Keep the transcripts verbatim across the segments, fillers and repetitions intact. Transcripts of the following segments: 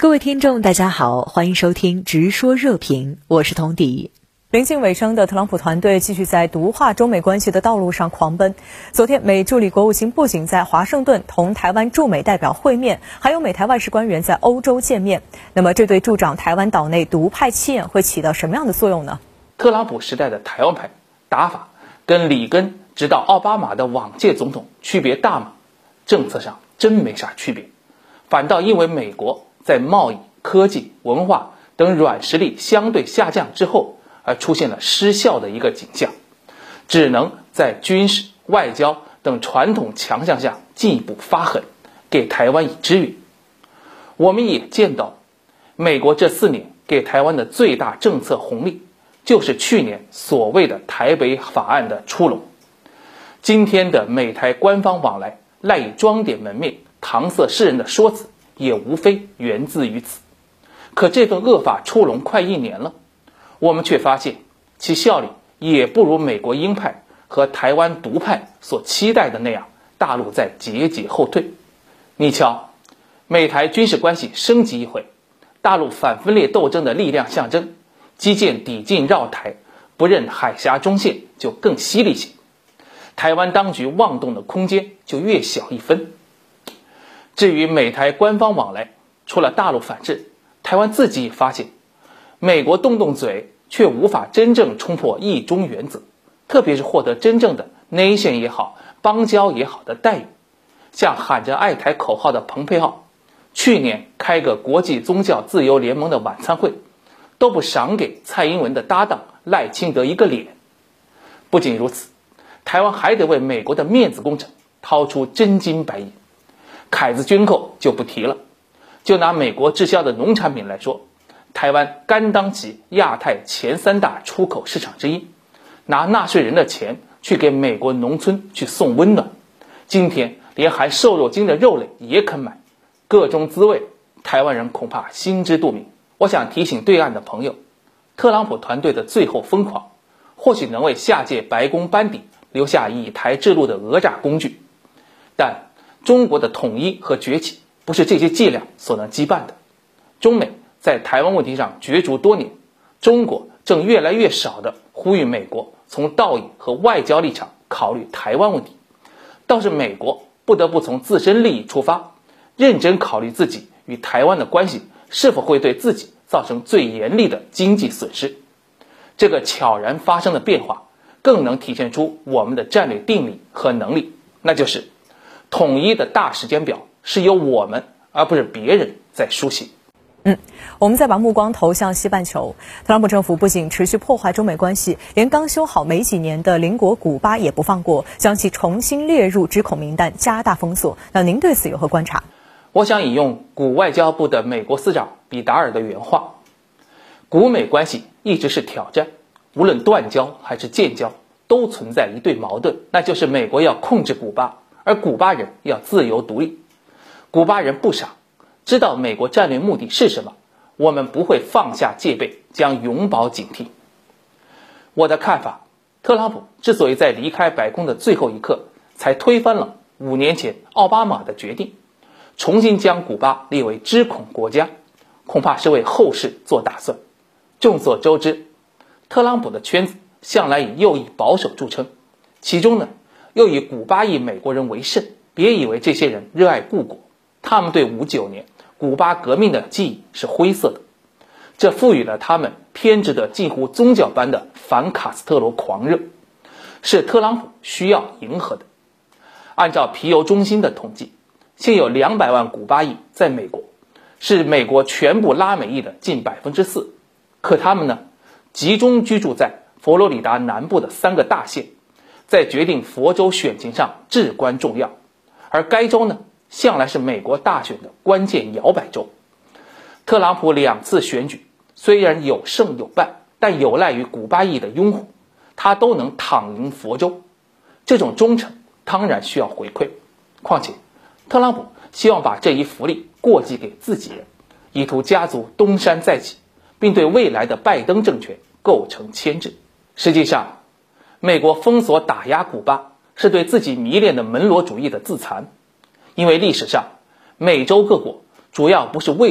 各位听众大家好，欢迎收听直说热评，我是童迪。临近尾声的特朗普团队继续在毒化中美关系的道路上狂奔。昨天，美助理国务卿不仅在华盛顿同台湾驻美代表会面，还有美台外事官员在欧洲见面。那么这对助长台湾岛内独派气焰会起到什么样的作用呢？ 特朗普时代的台湾牌打法跟里根直到奥巴马的往届总统区别大吗？政策上真没啥区别，反倒因为美国在贸易、科技、文化等软实力相对下降之后，而出现了失效的一个景象，只能在军事、外交等传统强项下进一步发狠，给台湾以支援。我们也见到，美国这四年给台湾的最大政策红利，就是去年所谓的台北法案的出笼。今天的美台官方往来赖以装点门面、搪塞世人的说辞，也无非源自于此。可这份恶法出笼快一年了，我们却发现其效力也不如美国鹰派和台湾独派所期待的那样，大陆在节节后退。你瞧，美台军事关系升级一回，大陆反分裂斗争的力量象征基建抵近绕台，不认海峡中线就更犀利些，台湾当局妄动的空间就越小一分。至于美台官方往来，除了大陆反制，台湾自己也发现，美国动动嘴却无法真正冲破一中原则，特别是获得真正的 nation 也好，邦交也好的待遇。像喊着爱台口号的蓬佩奥，去年开个国际宗教自由联盟的晚餐会，都不赏给蔡英文的搭档赖清德一个脸。不仅如此，台湾还得为美国的面子工程掏出真金白银。凯子军购就不提了，就拿美国滞销的农产品来说，台湾甘当其亚太前三大出口市场之一，拿纳税人的钱去给美国农村去送温暖，今天连含瘦肉精的肉类也肯买，各种滋味，台湾人恐怕心知肚明。我想提醒对岸的朋友，特朗普团队的最后疯狂，或许能为下届白宫班底留下以台制陆的讹诈工具，但中国的统一和崛起不是这些伎俩所能羁绊的。中美在台湾问题上角逐多年，中国正越来越少地呼吁美国从道义和外交立场考虑台湾问题，倒是美国不得不从自身利益出发，认真考虑自己与台湾的关系是否会对自己造成最严厉的经济损失。这个悄然发生的变化更能体现出我们的战略定力和能力，那就是统一的大时间表是由我们而不是别人在书写。 嗯，我们再把目光投向西半球，特朗普政府不仅持续破坏中美关系，连刚修好没几年的邻国古巴也不放过，将其重新列入指控名单，加大封锁。那您对此有何观察？ 我想引用古外交部的美国司长比达尔的原话：古美关系一直是挑战，无论断交还是建交，都存在一对矛盾，那就是美国要控制古巴，而古巴人要自由独立。古巴人不傻，知道美国战略目的是什么，我们不会放下戒备，将永葆警惕。我的看法，特朗普之所以在离开白宫的最后一刻才推翻了五年前奥巴马的决定，重新将古巴列为知恐国家，恐怕是为后事做打算。众所周知，特朗普的圈子向来以右翼保守著称，其中呢又以古巴裔美国人为甚。别以为这些人热爱故国，他们对五九年古巴革命的记忆是灰色的，这赋予了他们偏执的近乎宗教般的反卡斯特罗狂热，是特朗普需要迎合的。按照皮尤中心的统计，现有两百万古巴裔在美国，是美国全部拉美裔的近百分之四。可他们呢，集中居住在佛罗里达南部的三个大县，在决定佛州选情上至关重要。而该州呢，向来是美国大选的关键摇摆州。特朗普两次选举虽然有胜有败，但有赖于古巴裔的拥护，他都能躺赢佛州。这种忠诚当然需要回馈，况且特朗普希望把这一福利过继给自己人，以图家族东山再起，并对未来的拜登政权构成牵制。实际上，美国封锁打压古巴是对自己迷恋的门罗主义的自残，因为历史上美洲各国主要不是畏惧，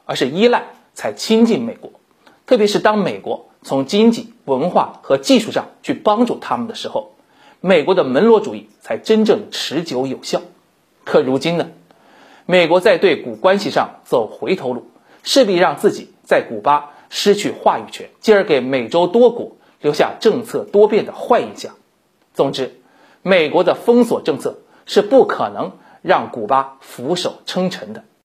而是依赖才亲近美国。特别是当美国从经济、文化和技术上去帮助他们的时候，美国的门罗主义才真正持久有效。可如今呢，美国在对古关系上走回头路，势必让自己在古巴失去话语权，进而给美洲多国留下政策多变的坏印象。总之，美国的封锁政策是不可能让古巴俯首称臣的。